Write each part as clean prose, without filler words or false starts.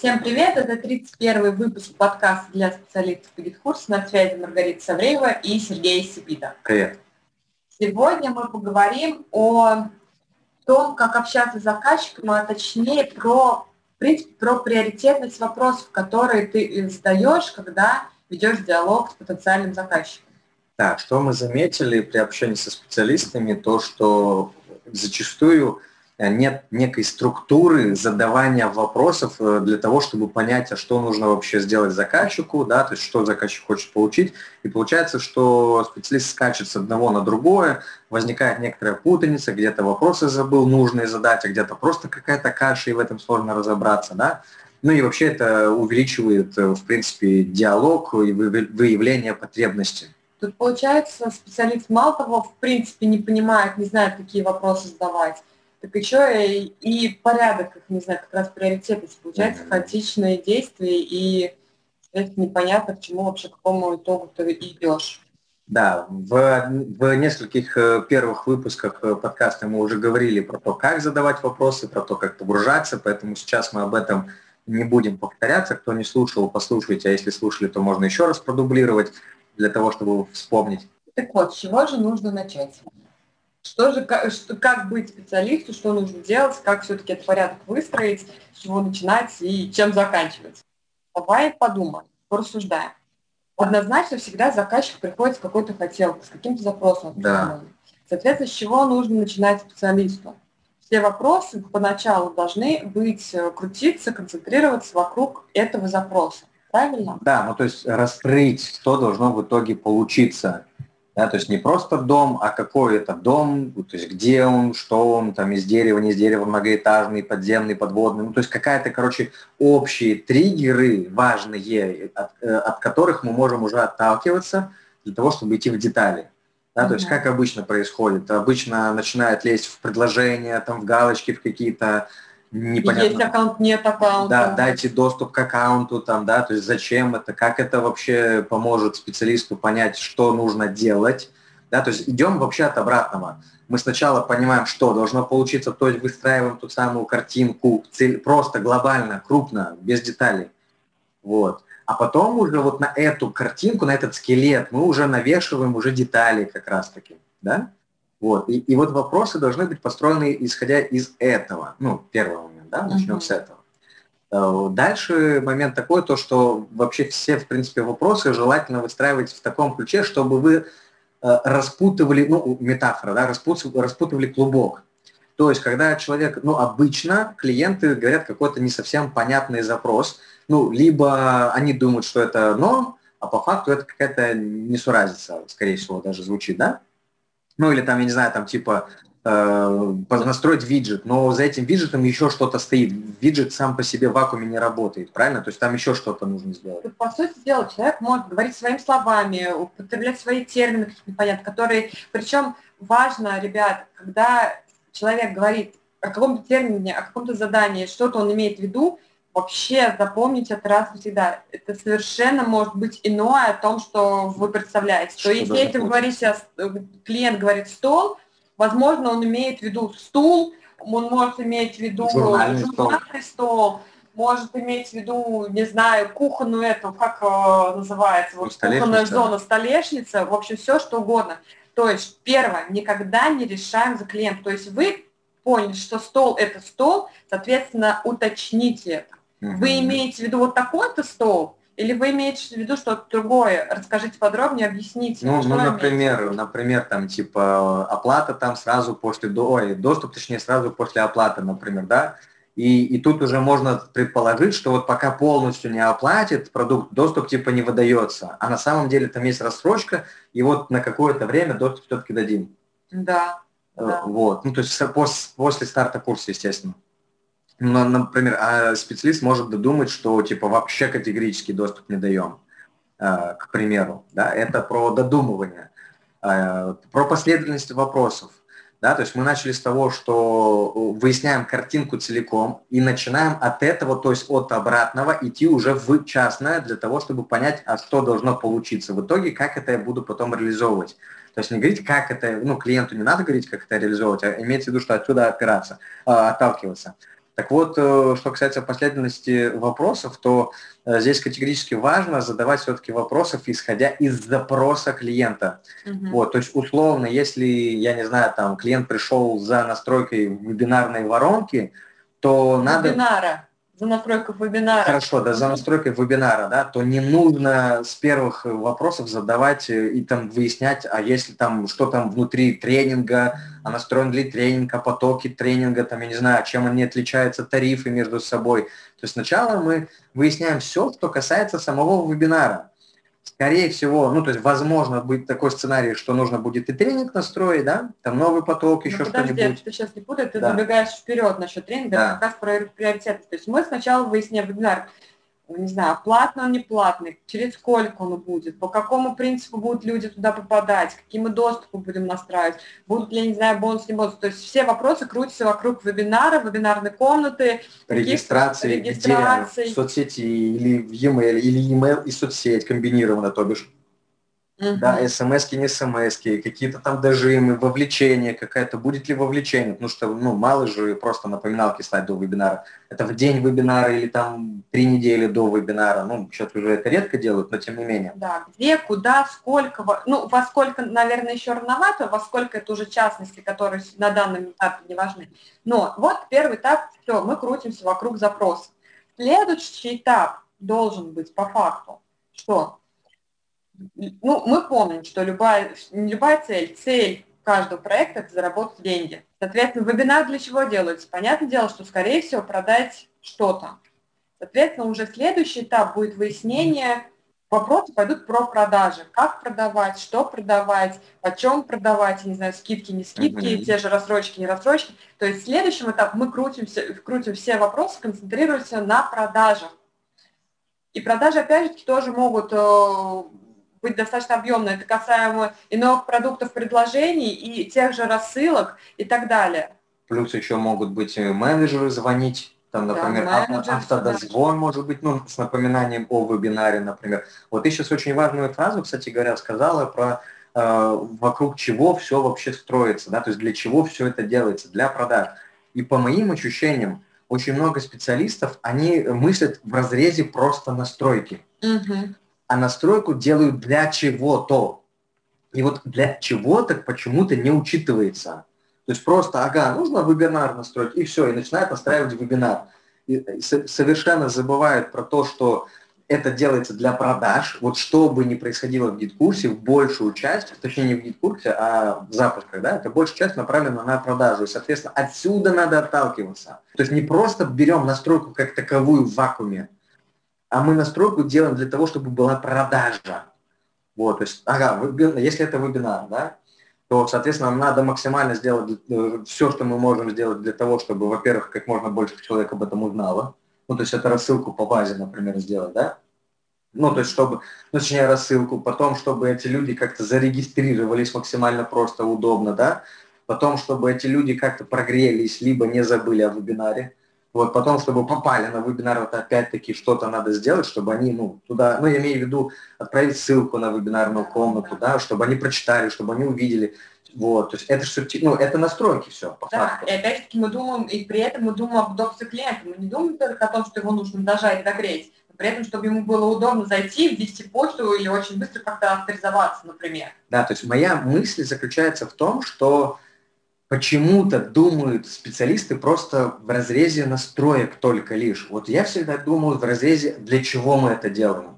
Всем привет! Это 31-й выпуск подкаста для специалистов GitKurs. На связи Маргарита Савреева и Сергей Сипита. Привет! Сегодня мы поговорим о том, как общаться с заказчиком, а точнее в принципе, про приоритетность вопросов, которые ты задаешь, когда ведешь диалог с потенциальным заказчиком. Да, что мы заметили при общении со специалистами, то, что зачастую нет некой структуры задавания вопросов для того, чтобы понять, а что нужно вообще сделать заказчику, да, то есть что заказчик хочет получить. И получается, что специалист скачет с одного на другое, возникает некоторая путаница, где-то вопросы забыл нужные задать, а где-то просто какая-то каша, и в этом сложно разобраться, да. Ну и вообще это увеличивает, в принципе, диалог и выявление потребностей. Тут, получается, специалист мало того, в принципе, не понимает, не знает, какие вопросы задавать, так еще и порядок их, не знаю, как раз приоритетность. Получается, хаотичные действия, и это непонятно, к чему вообще, к какому итогу ты идешь. Да, в нескольких первых выпусках подкаста мы уже говорили про то, как задавать вопросы, про то, как погружаться, поэтому сейчас мы об этом не будем повторяться. Кто не слушал, послушайте, а если слушали, то можно еще раз продублировать для того, чтобы вспомнить. Так вот, с чего же нужно начать? Как быть специалисту, что нужно делать, как все-таки этот порядок выстроить, с чего начинать и чем заканчивать? Давай подумаем, порассуждаем. Однозначно всегда заказчик приходит с какой-то хотелкой, с каким-то запросом. Да. Соответственно, с чего нужно начинать специалисту? Все вопросы поначалу должны быть, крутиться, концентрироваться вокруг этого запроса. Правильно? Да, ну то есть раскрыть, что должно в итоге получиться. Да, то есть не просто дом, а какой это дом, то есть где он, что он, там из дерева, не из дерева, многоэтажный, подземный, подводный. Ну, то есть какая-то, короче, общие триггеры важные, от которых мы можем уже отталкиваться для того, чтобы идти в детали. Да, то есть как обычно происходит? Обычно начинают лезть в предложения, там, в галочки, в какие-то непонятно. Есть аккаунт, нет аккаунта. Да, дайте доступ к аккаунту, там, да, то есть зачем это, как это вообще поможет специалисту понять, что нужно делать. Да, то есть идем вообще от обратного. Мы сначала понимаем, что должно получиться, то есть выстраиваем ту самую картинку, просто глобально, крупно, без деталей. Вот. А потом уже вот на эту картинку, на этот скелет мы уже навешиваем уже детали как раз-таки. Да? Вот. И вот вопросы должны быть построены исходя из этого. Ну, первый момент, да, начнем с этого. Дальше момент такой, то, что вообще все, в принципе, вопросы желательно выстраивать в таком ключе, чтобы вы распутывали, ну, метафора, да, распутывали клубок. То есть, когда человек, ну, обычно клиенты говорят какой-то не совсем понятный запрос, ну, либо они думают, что это норм, а по факту это какая-то несуразица, скорее всего, даже звучит, да? Ну, или там, я не знаю, там типа настроить виджет, но за этим виджетом еще что-то стоит. Виджет сам по себе в вакууме не работает, правильно? То есть там еще что-то нужно сделать. По сути дела, человек может говорить своими словами, употреблять свои термины какие-то непонятные, которые... Причем важно, ребят, когда человек говорит о каком-то термине, о каком-то задании, что-то он имеет в виду, вообще запомнить это раз навсегда. Это совершенно может быть иное о том, что вы представляете. То есть, если вы говорите, клиент говорит стол, возможно, он имеет в виду стул, он может иметь в виду журнальный стол, может иметь в виду, не знаю, кухонную эту, как называется, вот кухонная зона, столешница, в общем, все что угодно. То есть, первое, никогда не решаем за клиента. То есть вы поняли, что стол – это стол, соответственно, уточните это. Вы имеете в виду вот такой-то стол, или вы имеете в виду что-то другое? Расскажите подробнее, объясните. Ну, например, там типа оплата там сразу после, доступ, точнее, сразу после оплаты, например, да? И тут уже можно предположить, что вот пока полностью не оплатит продукт, доступ типа не выдается. А на самом деле там есть рассрочка, и вот на какое-то время доступ все-таки дадим. Да. Вот. Ну, то есть после старта курса, естественно. Ну, например, а специалист может додумать, что типа вообще категорически доступ не даем, к примеру. Да? Это про додумывание, про последовательность вопросов. Да, то есть мы начали с того, что выясняем картинку целиком и начинаем от этого, то есть от обратного, идти уже в частное для того, чтобы понять, а что должно получиться в итоге, как это я буду потом реализовывать. То есть не говорить, как это, ну, клиенту не надо говорить, как это реализовывать, а имеется в виду, что отсюда отталкиваться. Так вот, что касается последовательности вопросов, то здесь категорически важно задавать все-таки вопросов, исходя из запроса клиента. Вот, то есть условно, если, я не знаю, там клиент пришел за настройкой вебинарной воронки, то надо... Вебинара. За настройку вебинара. Хорошо, да, за настройкой вебинара, да, то не нужно с первых вопросов задавать и там выяснять, а если там, что там внутри тренинга, а настроен ли тренинг, а потоки тренинга, там, я не знаю, чем они отличаются, тарифы между собой. То есть сначала мы выясняем все, что касается самого вебинара. Скорее всего, ну, то есть, возможно, будет такой сценарий, что нужно будет и тренинг настроить, да, там новый поток, еще что-нибудь. Подожди, ты сейчас не путай, ты забегаешь вперед насчет тренинга, это как раз про приоритеты. То есть мы сначала выясняем вебинар, не знаю, платный он, не платный, через сколько он будет, по какому принципу будут люди туда попадать, какие мы доступы будем настраивать, будут ли, не знаю, бонус, не бонус. То есть все вопросы крутятся вокруг вебинара, вебинарной комнаты, регистрации, где в соцсети или в e-mail, или e-mail и соцсеть комбинированно, то бишь. Да, смс-ки, не смс-ки, какие-то там дожимы, вовлечение какая-то, будет ли вовлечение, потому что, ну, мало же просто напоминалки слать до вебинара. Это в день вебинара или там 3 недели до вебинара, ну, сейчас уже это редко делают, но тем не менее. Да, где, куда, сколько, ну, во сколько, наверное, еще рановато, во сколько это уже частности, которые на данном этапе не важны. Но вот первый этап, все, мы крутимся вокруг запроса. Следующий этап должен быть по факту, что... Ну, мы помним, что не любая цель каждого проекта – это заработать деньги. Соответственно, вебинар для чего делается? Понятное дело, что, скорее всего, продать что-то. Соответственно, уже следующий этап будет выяснение, вопросы пойдут про продажи. Как продавать, что продавать, почем продавать, не знаю, скидки, не скидки, те же рассрочки, не рассрочки. То есть следующим этапом мы крутим все вопросы, концентрируемся на продажах. И продажи, опять же, тоже могут быть достаточно объемные. Это касаемо и новых продуктов, предложений, и тех же рассылок и так далее. Плюс еще могут быть менеджеры звонить, там, например, автодозвон может быть, ну, с напоминанием о вебинаре, например. Вот ты сейчас очень важную фразу, кстати говоря, сказала про вокруг чего все вообще строится, да, то есть для чего все это делается, для продаж. И по моим ощущениям, очень много специалистов, они мыслят в разрезе просто настройки. А настройку делают для чего-то. И вот для чего-то почему-то не учитывается. То есть просто, нужно вебинар настроить, и все, и начинают настраивать вебинар. И совершенно забывают про то, что это делается для продаж. Вот что бы ни происходило в гид-курсе, в большую часть, точнее не в гид-курсе, а в запусках, да, это большая часть направлена на продажу. И, соответственно, отсюда надо отталкиваться. То есть не просто берем настройку как таковую в вакууме, а мы настройку делаем для того, чтобы была продажа. Вот, то есть, если это вебинар, да, то, соответственно, нам надо максимально сделать все, что мы можем сделать для того, чтобы, во-первых, как можно больше человек об этом узнало. Ну, то есть это рассылку по базе, например, сделать, да? Ну, то есть, чтобы, точнее, рассылку, потом, чтобы эти люди как-то зарегистрировались максимально просто, удобно, да? Потом, чтобы эти люди как-то прогрелись, либо не забыли о вебинаре. Вот, потом, чтобы попали на вебинар, вот опять-таки что-то надо сделать, чтобы они, туда, я имею в виду, отправить ссылку на вебинарную комнату, да, чтобы они прочитали, чтобы они увидели. Вот, то есть это все, это настройки все, по факту. И опять-таки мы думаем, и при этом мы думаем об удобстве клиента. Мы не думаем только о том, что его нужно дожать и догреть, но при этом, чтобы ему было удобно зайти, ввести почту или очень быстро как-то авторизоваться, например. Да, то есть моя мысль заключается в том, что почему-то думают специалисты просто в разрезе настроек только лишь. Вот я всегда думаю в разрезе, для чего мы это делаем.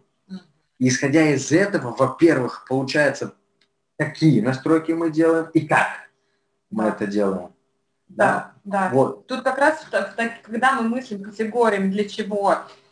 И исходя из этого, во-первых, получается, какие настройки мы делаем и как мы это делаем. Да. Вот. Тут как раз, когда мы мыслим категориями для чего,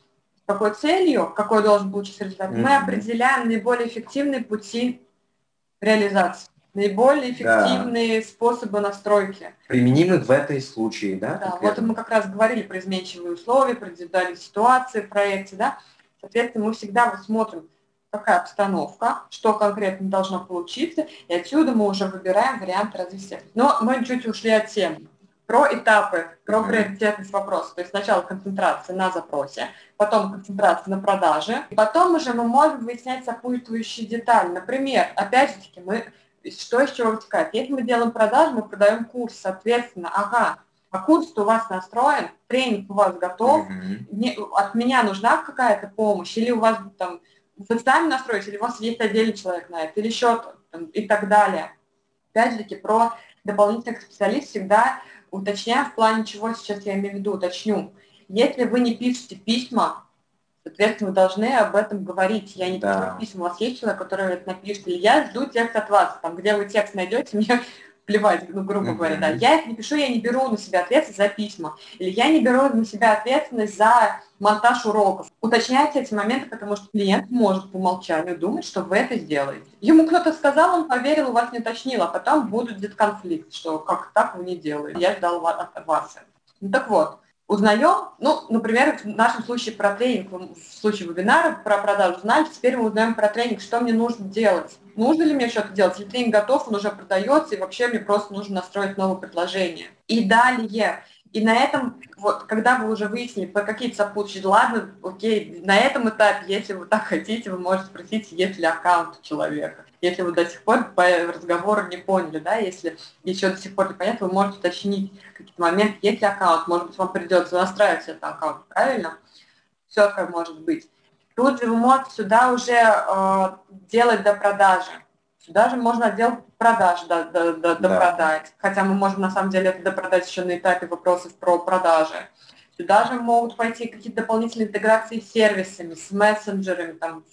с какой целью, какой должен получиться результат, мы определяем наиболее эффективные пути реализации. Наиболее эффективные способы настройки. Применимы в этой случае, да? Да, вот мы как раз говорили про изменчивые условия, про индивидуальные ситуации в проекте, да. Соответственно, мы всегда смотрим, какая обстановка, что конкретно должно получиться, и отсюда мы уже выбираем варианты развития. Но мы чуть ушли от темы. Про этапы, про приоритетность вопроса. То есть сначала концентрация на запросе, потом концентрация на продаже, и потом уже мы можем выяснять сопутствующие детали. Например, опять же таки, что из чего вытекает. Если мы делаем продажу, мы продаем курс, соответственно, а курс-то у вас настроен, тренинг у вас готов, от меня нужна какая-то помощь, или у вас там, вы сами настроите, или у вас есть отдельный человек на это, или счет и так далее. Опять же таки, про дополнительных специалистов всегда уточняю в плане чего сейчас я имею в виду, уточню. Если вы не пишете письма, соответственно, вы должны об этом говорить. Я не пишу письма, у вас есть человек, который это напишет, или я жду текст от вас, там, где вы текст найдете, мне плевать, ну, грубо говоря, да. Я их не пишу, я не беру на себя ответственность за письма, или я не беру на себя ответственность за монтаж уроков. Уточняйте эти моменты, потому что клиент может по умолчанию думать, что вы это сделаете. Ему кто-то сказал, он поверил, у вас не уточнил, а потом будет дисконфликт, что как так вы не делаете. Я ждал от вас. Ну так вот. Узнаем, ну, например, в нашем случае про тренинг, в случае вебинара про продажу знали, теперь мы узнаем про тренинг, что мне нужно делать. Нужно ли мне что-то делать? Если тренинг готов, он уже продается, и вообще мне просто нужно настроить новое предложение. И далее. И на этом, вот, когда вы уже выяснили про какие-то сопутствующие, ладно, окей, на этом этапе, если вы так хотите, вы можете спросить, есть ли аккаунт у человека. Если вы до сих пор по разговору не поняли, да, если еще до сих пор не понятно, вы можете уточнить какие-то моменты, есть ли аккаунт, может быть, вам придется настраивать этот аккаунт, правильно? Все как может быть. Тут же вы можете сюда уже делать до продажи. Сюда же можно отдел продаж допродать. Хотя мы можем на самом деле это допродать еще на этапе вопросов про продажи. Сюда же могут пойти какие-то дополнительные интеграции с сервисами, с мессенджерами, там,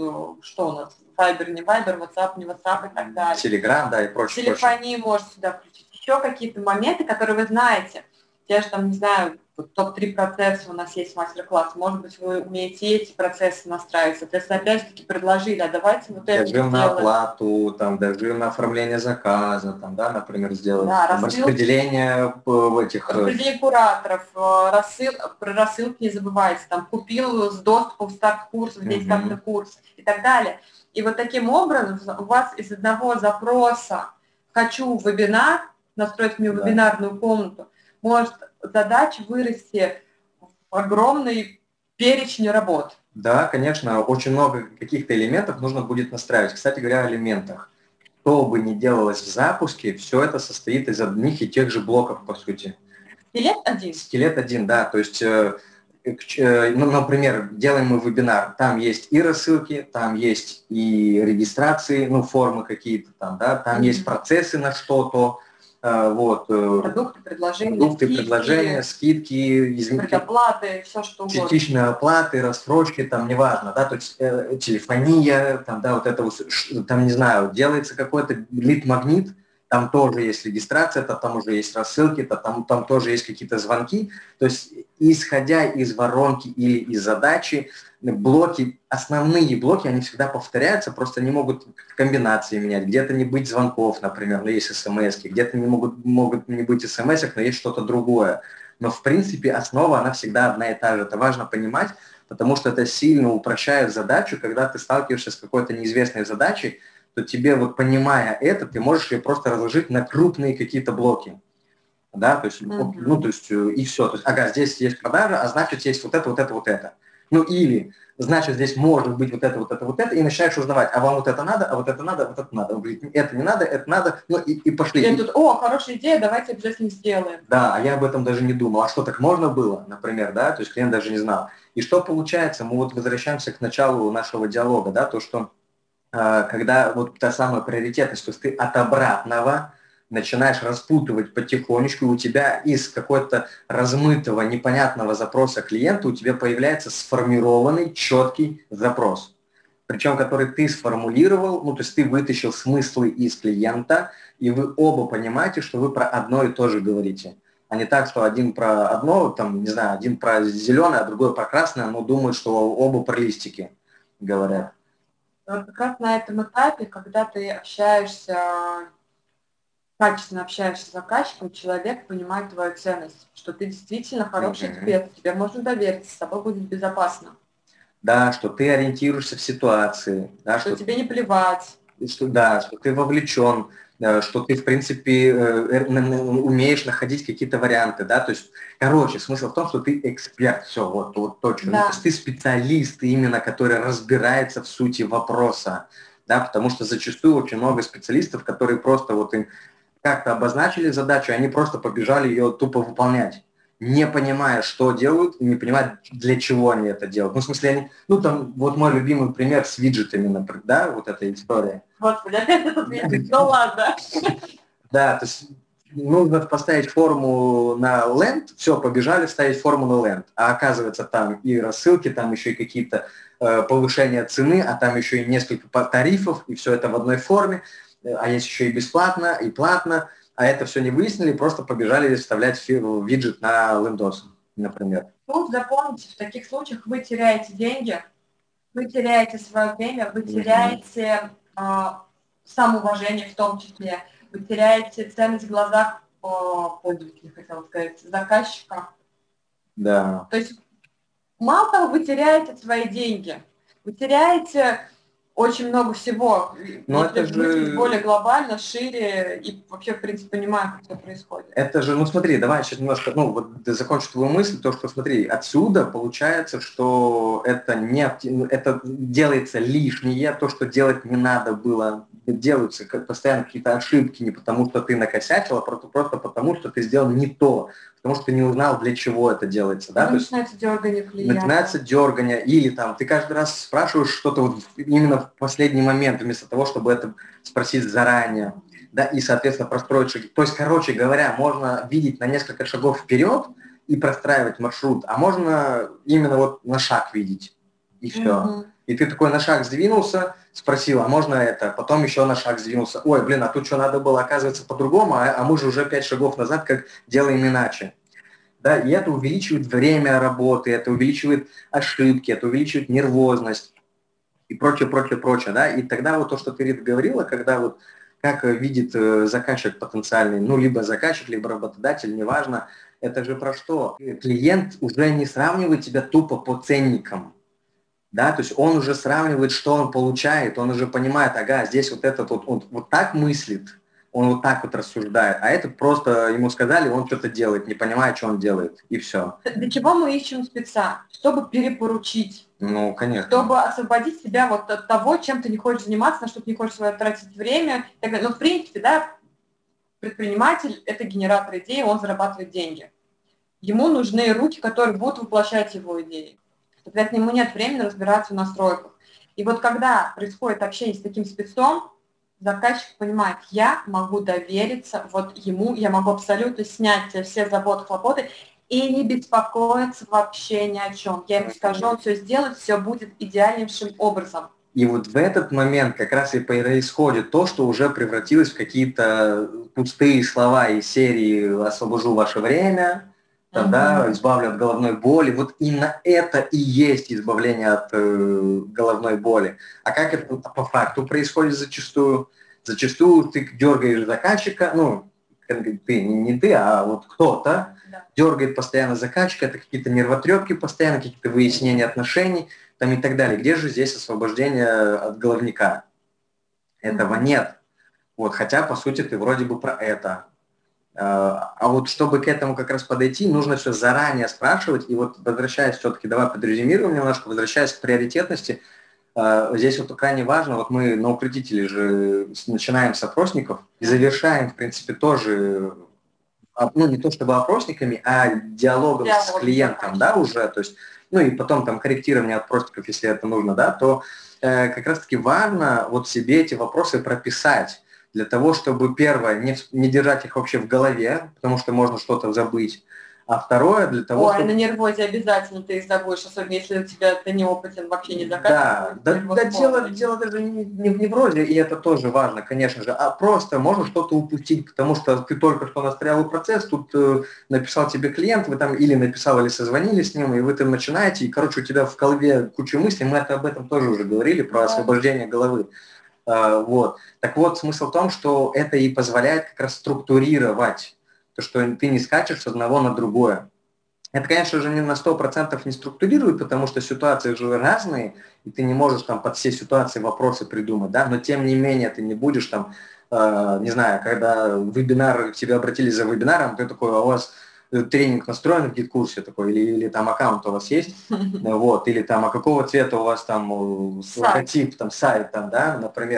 что у нас, Viber, не Viber, WhatsApp, не WhatsApp и так далее. Telegram, да, и прочее. Телефонии можете сюда включить. Еще какие-то моменты, которые вы знаете. Те же там, не знаю, топ-3 процесса у нас есть мастер-класс. Может быть, вы умеете эти процессы настраивать. Соответственно, опять-таки предложили, а давайте вот это дожим на оплату, там, дожим на оформление заказа, там, да, например, сделать. Да, там, распределение этих... Распределение кураторов, рассылки не забывайте, там, купил с доступом в старт-курс, здесь стартный курс и так далее. И вот таким образом у вас из одного запроса «хочу вебинар», настроить мне вебинарную комнату, может задача вырасти в огромный перечень работ. Да, конечно, очень много каких-то элементов нужно будет настраивать. Кстати говоря, о элементах. Что бы ни делалось в запуске, все это состоит из одних и тех же блоков, по сути. Скелет один? Скелет один, да. То есть, ну, например, делаем мы вебинар, там есть и рассылки, там есть и регистрации, ну, формы какие-то там, да, там есть процессы на что-то, вот. Продукты, предложения, скидки, предоплаты, все что угодно. Частичные оплаты, рассрочки, там, неважно, да, то есть телефония, там, да, вот это вот, там, не знаю, делается какой-то лид-магнит, там тоже есть регистрация, там уже есть рассылки, там тоже есть какие-то звонки. То есть, исходя из воронки или из задачи, блоки, основные блоки, они всегда повторяются, просто не могут комбинации менять. Где-то не быть звонков, например, но есть смс-ки, где-то могут не быть смс, но есть что-то другое. Но, в принципе, основа, она всегда одна и та же. Это важно понимать, потому что это сильно упрощает задачу, когда ты сталкиваешься с какой-то неизвестной задачей, то тебе, вот понимая это, ты можешь ее просто разложить на крупные какие-то блоки. Да, то есть, ну, то есть, и все. То есть, ага, здесь есть продажа, а значит, есть вот это, вот это, вот это. Ну, или, значит, здесь может быть вот это, вот это, вот это, и начинаешь узнавать, а вам вот это надо, а вот это надо, вот это надо. Он говорит, это не надо, это надо, ну, и пошли. И тут, о, хорошая идея, давайте обязательно сделаем. Да, а я об этом даже не думал. А что, так можно было, например, да, то есть клиент даже не знал. И что получается? Мы вот возвращаемся к началу нашего диалога, да, то, что когда вот та самая приоритетность, то есть ты от обратного начинаешь распутывать потихонечку, у тебя из какой-то размытого, непонятного запроса клиента у тебя появляется сформированный, четкий запрос. Причем, который ты сформулировал, ну, то есть ты вытащил смыслы из клиента, и вы оба понимаете, что вы про одно и то же говорите. А не так, что один про одно, там, не знаю, один про зеленое, а другой про красное, но думают, что оба про листики говорят. Вот как раз на этом этапе, когда ты общаешься, качественно общаешься с заказчиком, человек понимает твою ценность, что ты действительно хороший эксперт, тебе можно довериться, с тобой будет безопасно. Да, что ты ориентируешься в ситуации. Да, что тебе не плевать. Да, что ты вовлечен, что ты, в принципе, умеешь находить какие-то варианты, да, то есть, короче, смысл в том, что ты эксперт, все, вот точно, да. То есть ты специалист именно, который разбирается в сути вопроса, да, потому что зачастую очень много специалистов, которые просто вот им как-то обозначили задачу, они просто побежали ее тупо выполнять, не понимая, что делают, и не понимая, для чего они это делают. Ну, в смысле, они, ну, там, вот мой любимый пример с виджетами, например, да, вот эта история. Господи, опять этот виджет, ну ладно. Да, то есть нужно поставить форму на ленд, все, побежали ставить форму на ленд. А оказывается, там и рассылки, там еще и какие-то повышения цены, а там еще и несколько тарифов, и все это в одной форме, а есть еще и бесплатно, и платно, а это все не выяснили, просто побежали вставлять виджет на лендос, например. Тут запомните, в таких случаях вы теряете деньги, вы теряете свое время, вы теряете самоуважение в том числе, вы теряете ценность в глазах пользователя, хотела сказать, заказчика. Да. То есть мало того, вы теряете свои деньги, вы теряете очень много всего. Но если это мыслить же... более глобально, шире и вообще, в принципе, понимаю, как все происходит. Это же, ну смотри, давай сейчас немножко, ну вот закончу твою мысль, то, что смотри, отсюда получается, что это не, это делается лишнее, то, что делать не надо было, делаются постоянно какие-то ошибки, не потому что ты накосячил, а просто потому, что ты сделал не то, потому что ты не узнал, для чего это делается. Да? Начинается дергание клиента. Начинается дергание, или там ты каждый раз спрашиваешь что-то вот именно в последний момент, вместо того, чтобы это спросить заранее. Да, и, соответственно, простроить шаги. То есть, короче говоря, можно видеть на несколько шагов вперед и простраивать маршрут, а можно именно вот на шаг видеть, и все. И ты такой на шаг сдвинулся, спросил, а можно это? Потом еще на шаг сдвинулся. Ой, блин, а тут что надо было, оказывается, по-другому, а мы же уже 5 шагов назад как делаем иначе. Да, и это увеличивает время работы, это увеличивает ошибки, это увеличивает нервозность и прочее, прочее, прочее. Да? И тогда вот то, что ты, Рита, говорила, когда вот как видит заказчик потенциальный, ну, либо заказчик, либо работодатель, неважно, это же про что? Клиент уже не сравнивает тебя тупо по ценникам, да, то есть он уже сравнивает, что он получает, он уже понимает, ага, здесь вот этот вот, он вот так мыслит, он вот так вот рассуждает, а это просто ему сказали, он что-то делает, не понимает, что он делает, и все. Для чего мы ищем спеца? Чтобы перепоручить. Ну, конечно. Чтобы освободить себя вот от того, чем ты не хочешь заниматься, на что ты не хочешь свое тратить время. И так далее. Но в принципе, да, предприниматель – это генератор идей, он зарабатывает деньги. Ему нужны руки, которые будут воплощать его идеи. Тогда к нему нет времени разбираться в настройках. И вот когда происходит общение с таким спецом, заказчик понимает, я могу довериться вот ему, я могу абсолютно снять все заботы, хлопоты и не беспокоиться вообще ни о чем. Я ему скажу, он все сделает, все будет идеальнейшим образом. И вот в этот момент как раз и происходит то, что уже превратилось в какие-то пустые слова из серии «освобожу ваше время», тогда избавлю от головной боли. Вот именно это и есть избавление от головной боли. А как это по факту происходит зачастую? Зачастую ты дергаешь заказчика, ну, ты, не ты, а вот кто-то дергает постоянно заказчика, это какие-то нервотрепки постоянно, какие-то выяснения отношений там и так далее. Где же здесь освобождение от головника? Этого нет. Вот, хотя, по сути, ты вроде бы про это. А вот чтобы к этому как раз подойти, нужно все заранее спрашивать. И вот возвращаясь все-таки, давай подрезюмируем немножко, возвращаясь к приоритетности, здесь вот крайне важно, вот мы на укротителе же начинаем с опросников и завершаем, в принципе, тоже, ну, не то чтобы опросниками, а диалогом с клиентом, да, уже, то есть, ну, и потом там корректирование опросников, если это нужно, да, то как раз-таки важно вот себе эти вопросы прописать, для того, чтобы, первое, не держать их вообще в голове, потому что можно что-то забыть, а второе, для того, Ой, на нервозе обязательно ты их забудешь, особенно если у тебя ты неопытен, вообще не заказчик. Да, дело даже не в неврозе, и это тоже важно, конечно же, а просто можно что-то упустить, потому что ты только что настроил процесс, тут написал тебе клиент, вы там или написал, или созвонились с ним, и вы там начинаете, и, короче, у тебя в голове куча мыслей, мы об этом тоже уже говорили, про освобождение головы. Вот. Так вот, смысл в том, что это и позволяет как раз структурировать, то, что ты не скачешь с одного на другое. Это, конечно же, не на 100% не структурирует, потому что ситуации же разные, и ты не можешь там под все ситуации вопросы придумать, да, но тем не менее ты не будешь там, не знаю, когда вебинар, к тебе обратились за вебинаром, ты такой, а у вас тренинг настроен в гид-курсе такой, или там аккаунт у вас есть, вот, или там, а какого цвета у вас там логотип, там сайт, там, да, например,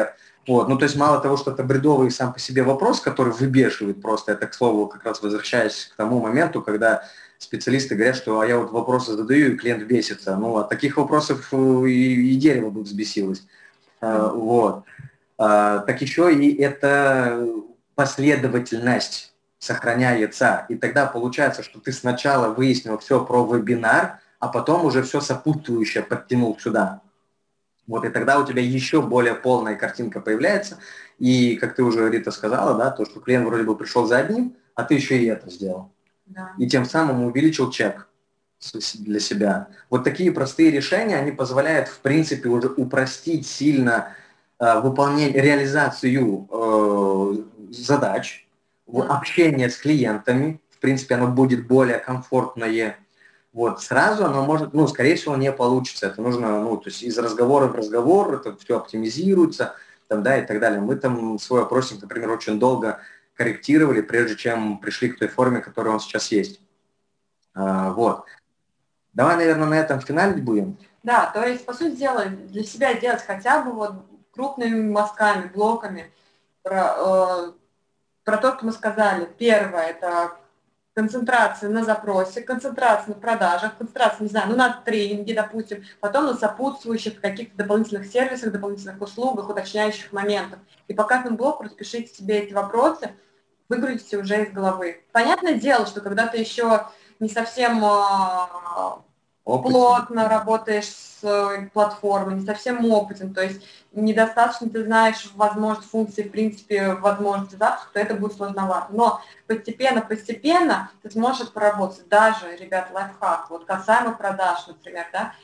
Вот. Ну, то есть мало того, что это бредовый сам по себе вопрос, который выбешивает просто, это, к слову, как раз возвращаясь к тому моменту, когда специалисты говорят, что а я вот вопросы задаю, и клиент бесится. Ну, от таких вопросов и дерево бы взбесилось. Вот. Так еще и это последовательность сохраняется. И тогда получается, что ты сначала выяснил все про вебинар, а потом уже все сопутствующее подтянул сюда. Вот, и тогда у тебя еще более полная картинка появляется. И, как ты уже, Рита, сказала, да, то, что клиент вроде бы пришел за одним, а ты еще и это сделал. Да. И тем самым увеличил чек для себя. Вот такие простые решения, они позволяют, в принципе, уже упростить сильно выполнение, реализацию задач, общение с клиентами. В принципе, оно будет более комфортное. Вот, сразу оно может, ну, скорее всего, не получится. Это нужно, ну, то есть из разговора в разговор, это все оптимизируется, там, да, и так далее. Мы там свой опросник, например, очень долго корректировали, прежде чем пришли к той форме, которая он сейчас есть. Вот. Давай, наверное, на этом финалить будем. Да, то есть, по сути дела, для себя делать хотя бы вот крупными мазками, блоками про то, что мы сказали. Первое – это концентрация на запросе, концентрация на продажах, концентрация, не знаю, ну, на тренинге, допустим, потом на сопутствующих каких-то дополнительных сервисах, дополнительных услугах, уточняющих моментах. И по каждому блоку распишите себе эти вопросы, выгрузите уже из головы. Понятное дело, что когда ты еще не совсем плотно работаешь с платформой, не совсем опытен, то есть недостаточно ты знаешь возможность функции, в принципе, возможности запуска, то это будет сложновато. Но постепенно ты сможешь проработать. Даже, ребят, лайфхак, вот касаемо продаж, например, да,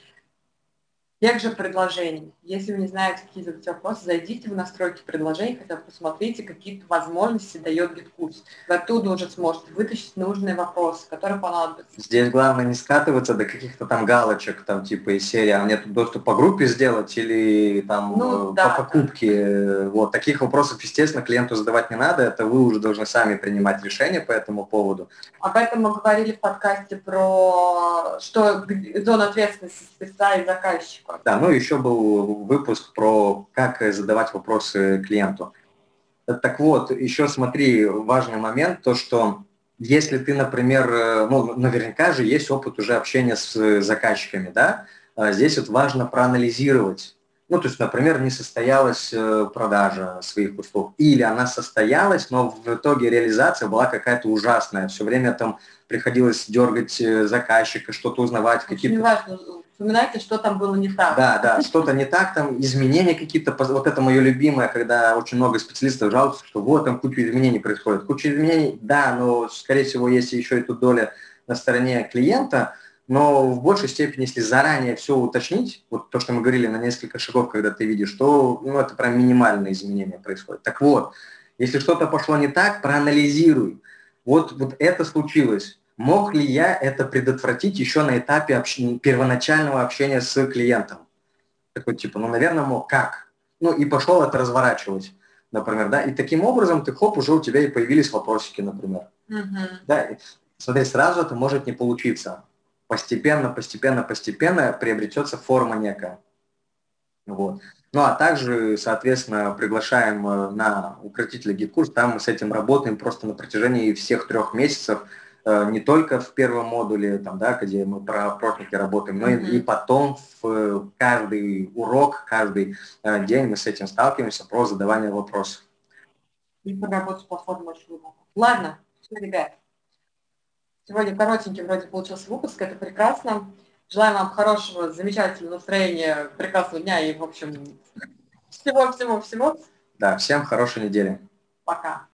тех же предложений. Если вы не знаете, какие задать вопросы, зайдите в настройки предложений, хотя бы посмотрите, какие возможности дает GitKurs. Вы оттуда уже сможете вытащить нужные вопросы, которые понадобятся. Здесь главное не скатываться до каких-то там галочек, там типа из серии, а мне тут доступ по группе сделать или там по покупке. Вот таких вопросов, естественно, клиенту задавать не надо, это вы уже должны сами принимать решения по этому поводу. Об этом мы говорили в подкасте про что зона ответственности спеца и заказчика. Да, ну еще был выпуск про как задавать вопросы клиенту. Так вот, еще смотри, важный момент, то что если ты, например, ну, наверняка же есть опыт уже общения с заказчиками, да, здесь вот важно проанализировать. Ну, то есть, например, не состоялась продажа своих услуг, или она состоялась, но в итоге реализация была какая-то ужасная. Все время там приходилось дергать заказчика, что-то узнавать. Какие-то... Не важно, вспоминайте, что там было не так. Да, что-то не так, там изменения какие-то. Вот это мое любимое, когда очень много специалистов жалуются, что вот там куча изменений происходит. Куча изменений, да, но, скорее всего, есть еще и тут доля на стороне клиента, но в большей степени, если заранее все уточнить, вот то, что мы говорили на несколько шагов, когда ты видишь, то ну, это прям минимальные изменения происходят. Так вот, если что-то пошло не так, проанализируй. Вот это случилось. Мог ли я это предотвратить еще на этапе первоначального общения с клиентом? Такой типа, ну, наверное, мог. Как? Ну, и пошел это разворачивать, например, да, и таким образом ты, хоп, уже у тебя и появились вопросики, например. Да, и, смотри, сразу это может не получиться. Постепенно приобретется форма некая. Вот. Ну, а также, соответственно, приглашаем на укротителя GitKurs, там мы с этим работаем просто на протяжении всех 3 месяцев, не только в первом модуле, там, да, где мы про опросники работаем, но и потом в каждый урок, каждый день мы с этим сталкиваемся про задавание вопросов. И проработать платформу очень много. Ладно, все, ребят. Сегодня коротенький вроде получился выпуск, это прекрасно. Желаем вам хорошего, замечательного настроения, прекрасного дня и, в общем, всего-всего-всего. Да, всем хорошей недели. Пока.